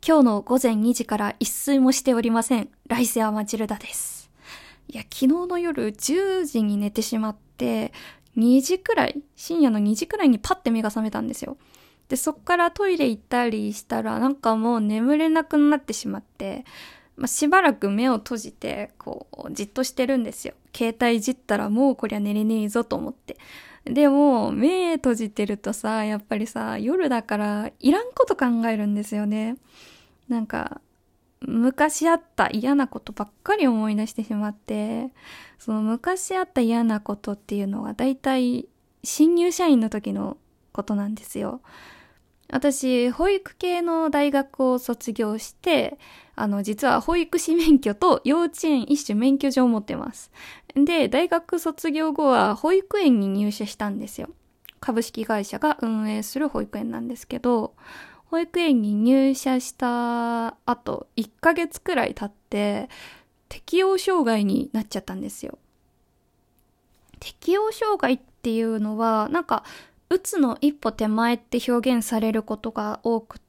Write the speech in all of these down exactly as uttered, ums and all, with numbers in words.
今日の午前にじから一睡もしておりません。来世はマチルダです。いや、昨日の夜じゅうじに寝てしまって、にじくらい、深夜のにじくらいにパッて目が覚めたんですよ。で、そっからトイレ行ったりしたら、なんかもう眠れなくなってしまって、まあ、しばらく目を閉じて、こう、じっとしてるんですよ。携帯いじったらもうこりゃ寝れねえぞと思って。でも、目閉じてるとさ、やっぱりさ、夜だからいらんこと考えるんですよね。なんか、昔あった嫌なことばっかり思い出してしまって、その昔あった嫌なことっていうのはだいたい新入社員の時のことなんですよ。私、保育系の大学を卒業して、あの、実は保育士免許と幼稚園一種免許状を持ってます。で、大学卒業後は保育園に入社したんですよ。株式会社が運営する保育園なんですけど、保育園に入社した後、いっかげつくらい経って、適応障害になっちゃったんですよ。適応障害っていうのは、なんか、うつの一歩手前って表現されることが多くって、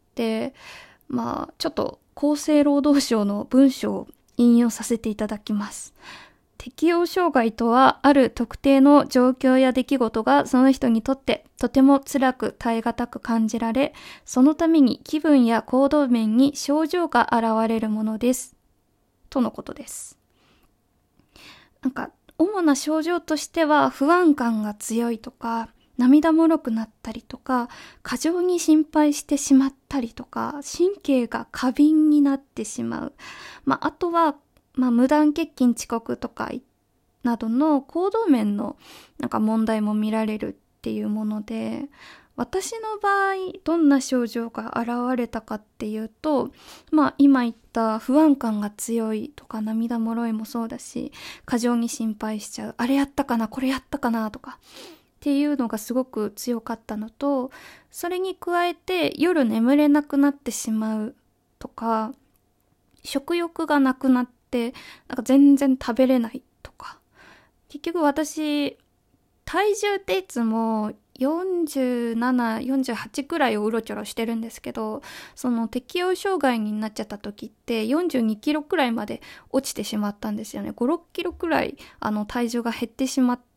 まあ、ちょっと厚生労働省の文章を引用させていただきます。適応障害とは、ある特定の状況や出来事がその人にとってとても辛く耐え難く感じられ、そのために気分や行動面に症状が現れるものです。とのことです。なんか、主な症状としては、不安感が強いとか、涙もろくなったりとか、過剰に心配してしまったりとか、神経が過敏になってしまう。まあ、あとは、まあ、無断欠勤遅刻とかなどの行動面のなんか問題も見られるっていうもので、私の場合どんな症状が現れたかっていうと、まあ今言った不安感が強いとか涙もろいもそうだし、過剰に心配しちゃう、あれやったかなこれやったかなとかっていうのがすごく強かったのと、それに加えて夜眠れなくなってしまうとか、食欲がなくなってなんか全然食べれないとか、結局私体重っていつもよんじゅうなな、よんじゅうはちくらいをうろちょろしてるんですけど、その適応障害になっちゃった時ってよんじゅうにキロくらいまで落ちてしまったんですよね。ご、ろっキロくらいあの体重が減ってしまって、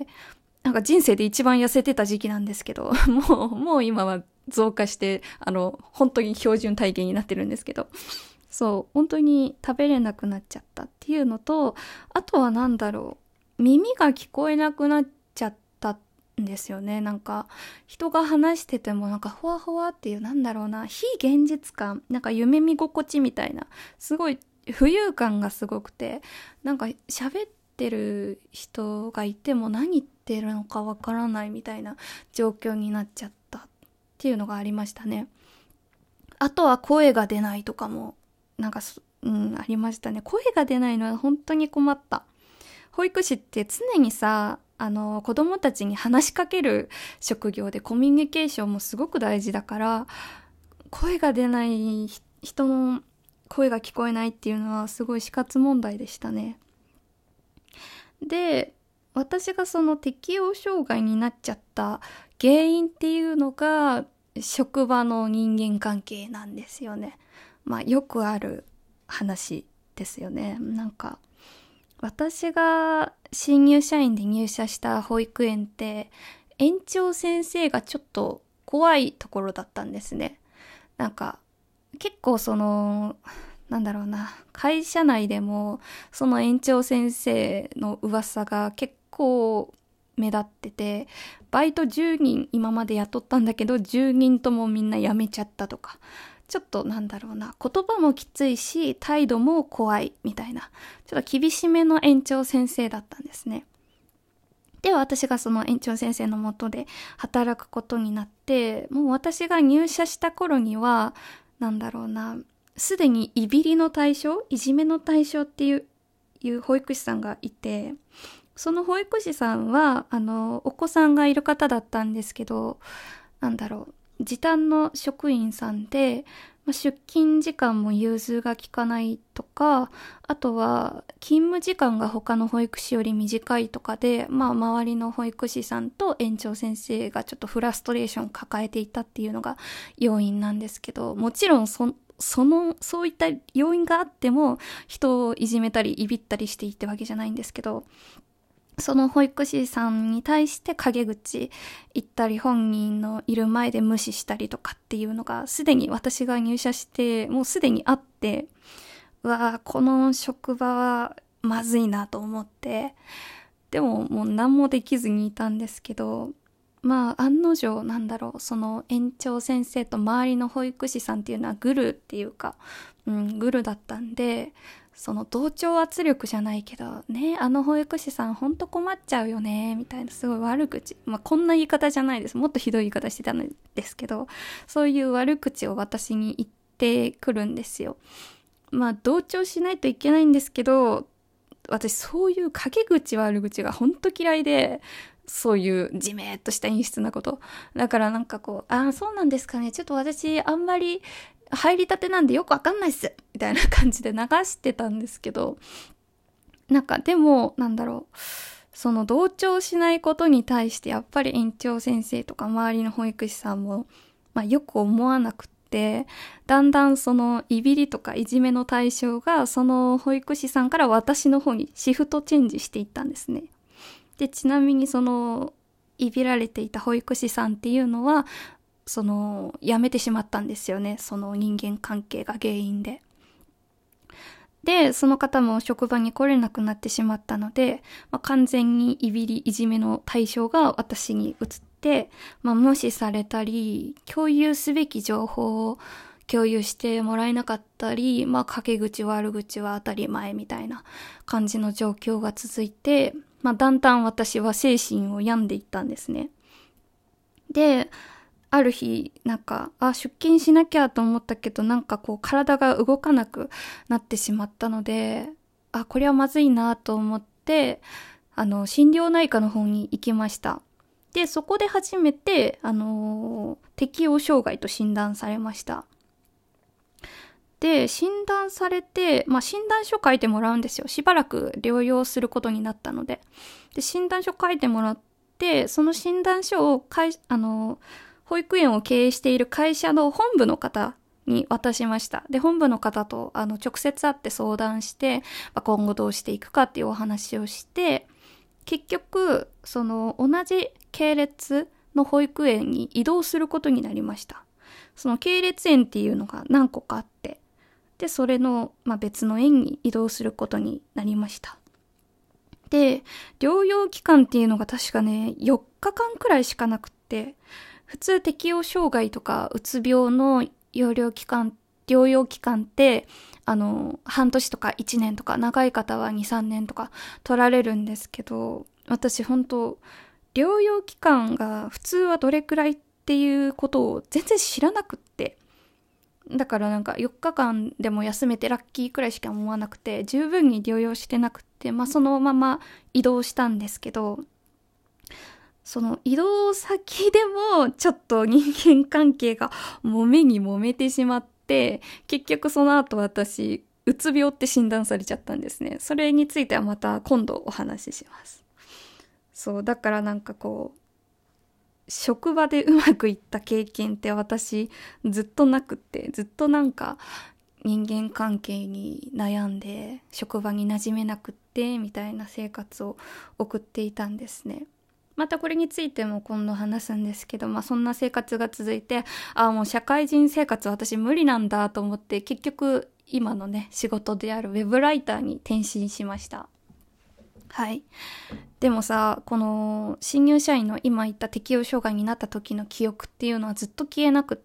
なんか人生で一番痩せてた時期なんですけど、もう、もう今は増加して、あの、本当に標準体型になってるんですけど、そう、本当に食べれなくなっちゃったっていうのと、あとはなんだろう、耳が聞こえなくなっちゃったんですよね。なんか人が話しててもなんかほわほわっていう、なんだろうな、非現実感、なんか夢見心地みたいな、すごい浮遊感がすごくて、なんか喋ってる人がいても何言ってるのかわからないみたいな状況になっちゃったっていうのがありましたね。あとは声が出ないとかもなんか、うん、ありましたね。声が出ないのは本当に困った。保育士って常にさ、あの子供たちに話しかける職業で、コミュニケーションもすごく大事だから、声が出ない人の声が聞こえないっていうのはすごい死活問題でしたね。で、私がその適応障害になっちゃった原因っていうのが職場の人間関係なんですよね。まあよくある話ですよね。なんか私が新入社員で入社した保育園って園長先生がちょっと怖いところだったんですね。なんか結構そのなんだろうな、会社内でもその園長先生の噂が結構目立ってて、バイトじゅうにん今まで雇ったんだけどじゅうにんともみんな辞めちゃったとか、ちょっとなんだろうな、言葉もきついし態度も怖いみたいな、ちょっと厳しめの園長先生だったんですね。で、私がその園長先生の下で働くことになって、もう私が入社した頃にはなんだろうな、すでにいびりの対象、いじめの対象っていう、いう保育士さんがいて、その保育士さんはあのお子さんがいる方だったんですけど、なんだろう、時短の職員さんで、 まあ、出勤時間も融通が利かないとか、あとは勤務時間が他の保育士より短いとかで、まあ周りの保育士さんと園長先生がちょっとフラストレーション抱えていたっていうのが要因なんですけど、もちろんそ、その、そういった要因があっても人をいじめたりいびったりしていいってわけじゃないんですけど、その保育士さんに対して陰口言ったり本人のいる前で無視したりとかっていうのがすでに私が入社してもうすでにあって、うわーこの職場はまずいなと思って、でももう何もできずにいたんですけど、まあ案の定なんだろう、その園長先生と周りの保育士さんっていうのはグルっていうか、うん、グルだったんで、その同調圧力じゃないけどね、あの保育士さんほんと困っちゃうよねみたいなすごい悪口、まあこんな言い方じゃないです、もっとひどい言い方してたんですけど、そういう悪口を私に言ってくるんですよ。まあ同調しないといけないんですけど、私そういう陰口悪口がほんと嫌いで、そういうじめーっとした陰湿なことだから、なんかこう、ああそうなんですかね、ちょっと私あんまり入りたてなんでよくわかんないっすみたいな感じで流してたんですけど、なんかでもなんだろう、その同調しないことに対してやっぱり園長先生とか周りの保育士さんも、まあ、よく思わなくて、だんだんそのいびりとかいじめの対象がその保育士さんから私の方にシフトチェンジしていったんですね。でちなみにそのいびられていた保育士さんっていうのはその辞めてしまったんですよね、その人間関係が原因で。でその方も職場に来れなくなってしまったので、まあ、完全にいびりいじめの対象が私に移って、まあ、無視されたり共有すべき情報を共有してもらえなかったり、まあ、陰口悪口は当たり前みたいな感じの状況が続いて、まあ、だんだん私は精神を病んでいったんですね。である日なんかあ出勤しなきゃと思ったけど、なんかこう体が動かなくなってしまったので、あこれはまずいなと思ってあの心療内科の方に行きました。でそこで初めてあの適応障害と診断されました。で診断されて、まあ、診断書書いてもらうんですよ。しばらく療養することになったので。で診断書書いてもらって、その診断書をかいあの保育園を経営している会社の本部の方に渡しました。で、本部の方とあの直接会って相談して、まあ、今後どうしていくかっていうお話をして、結局、その同じ系列の保育園に移動することになりました。その系列園っていうのが何個かあって、で、それの、まあ、別の園に移動することになりました。で、療養期間っていうのが確かね、よっかかんくらいしかなくって、普通適応障害とかうつ病の療養期間、療養期間って、あの、半年とかいちねんとか、長い方はに、さんねんとか取られるんですけど、私本当療養期間が普通はどれくらいっていうことを全然知らなくって。だからなんかよっかかんでも休めてラッキーくらいしか思わなくて、十分に療養してなくって、まあそのまま移動したんですけど、その移動先でもちょっと人間関係が揉めに揉めてしまって、結局その後私うつ病って診断されちゃったんですね。それについてはまた今度お話しします。そうだからなんかこう職場でうまくいった経験って私ずっとなくって、ずっとなんか人間関係に悩んで職場に馴染めなくってみたいな生活を送っていたんですね。またこれについても今度話すんですけど、まあそんな生活が続いて、ああもう社会人生活私無理なんだと思って、結局今のね仕事であるウェブライターに転身しました。はい。でもさ、この新入社員の今言った適応障害になった時の記憶っていうのはずっと消えなくって、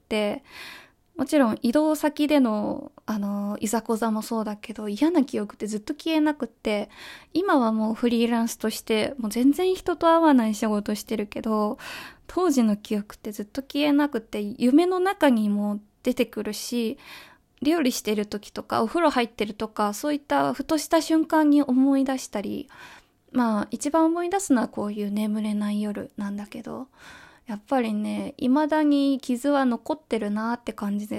もちろん移動先でのあのいざこざもそうだけど、嫌な記憶ってずっと消えなくって、今はもうフリーランスとしてもう全然人と会わない仕事してるけど、当時の記憶ってずっと消えなくって、夢の中にも出てくるし、料理してる時とかお風呂入ってるとか、そういったふとした瞬間に思い出したり、まあ一番思い出すのはこういう眠れない夜なんだけど、やっぱりね未だに傷は残ってるなって感じです。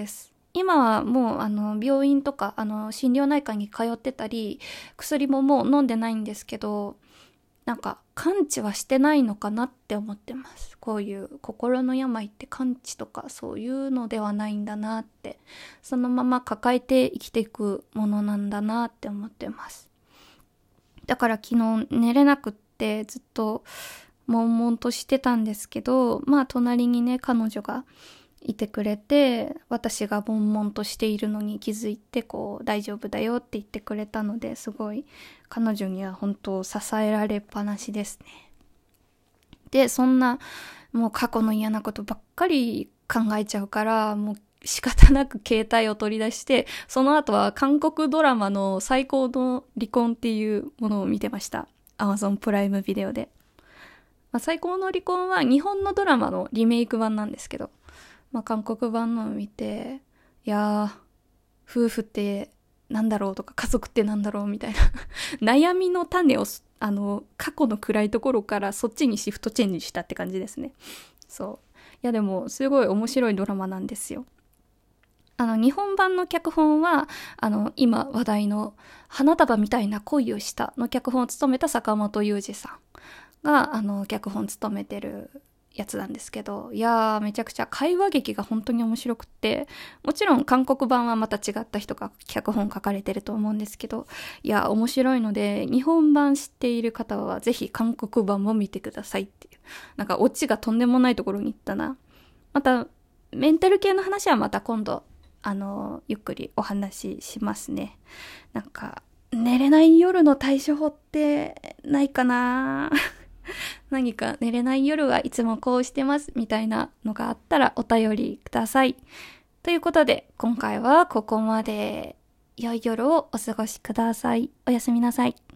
今はもうあの病院とかあの心療内科に通ってたり、薬ももう飲んでないんですけど、なんか完治はしてないのかなって思ってます。こういう心の病って完治とかそういうのではないんだなって、そのまま抱えて生きていくものなんだなって思ってます。だから昨日寝れなくってずっと悶々としてたんですけど、まあ隣にね彼女がいてくれて、私が悶々としているのに気づいて、こう大丈夫だよって言ってくれたので、すごい彼女には本当支えられっぱなしですね。で、そんなもう過去の嫌なことばっかり考えちゃうから、もう仕方なく携帯を取り出して、その後は韓国ドラマの最高の離婚っていうものを見てました。Amazon プライムビデオで。まあ、最高の離婚は日本のドラマのリメイク版なんですけど、まあ、韓国版のを見て、いやー、夫婦ってなんだろうとか家族ってなんだろうみたいな悩みの種をあの過去の暗いところからそっちにシフトチェンジしたって感じですね。そう。いやでもすごい面白いドラマなんですよ。あの日本版の脚本はあの今話題の花束みたいな恋をしたの脚本を務めた坂本雄二さんがあの脚本を務めてるやつなんですけど、いやーめちゃくちゃ会話劇が本当に面白くって、もちろん韓国版はまた違った人が脚本書かれてると思うんですけど、いや面白いので日本版知っている方はぜひ韓国版も見てくださいっていう、なんかオチがとんでもないところに行ったな。またメンタル系の話はまた今度あのゆっくりお話ししますね。なんか寝れない夜の対処法ってないかな何か寝れない夜はいつもこうしてますみたいなのがあったらお便りください。ということで今回はここまで。良い夜をお過ごしください。おやすみなさい。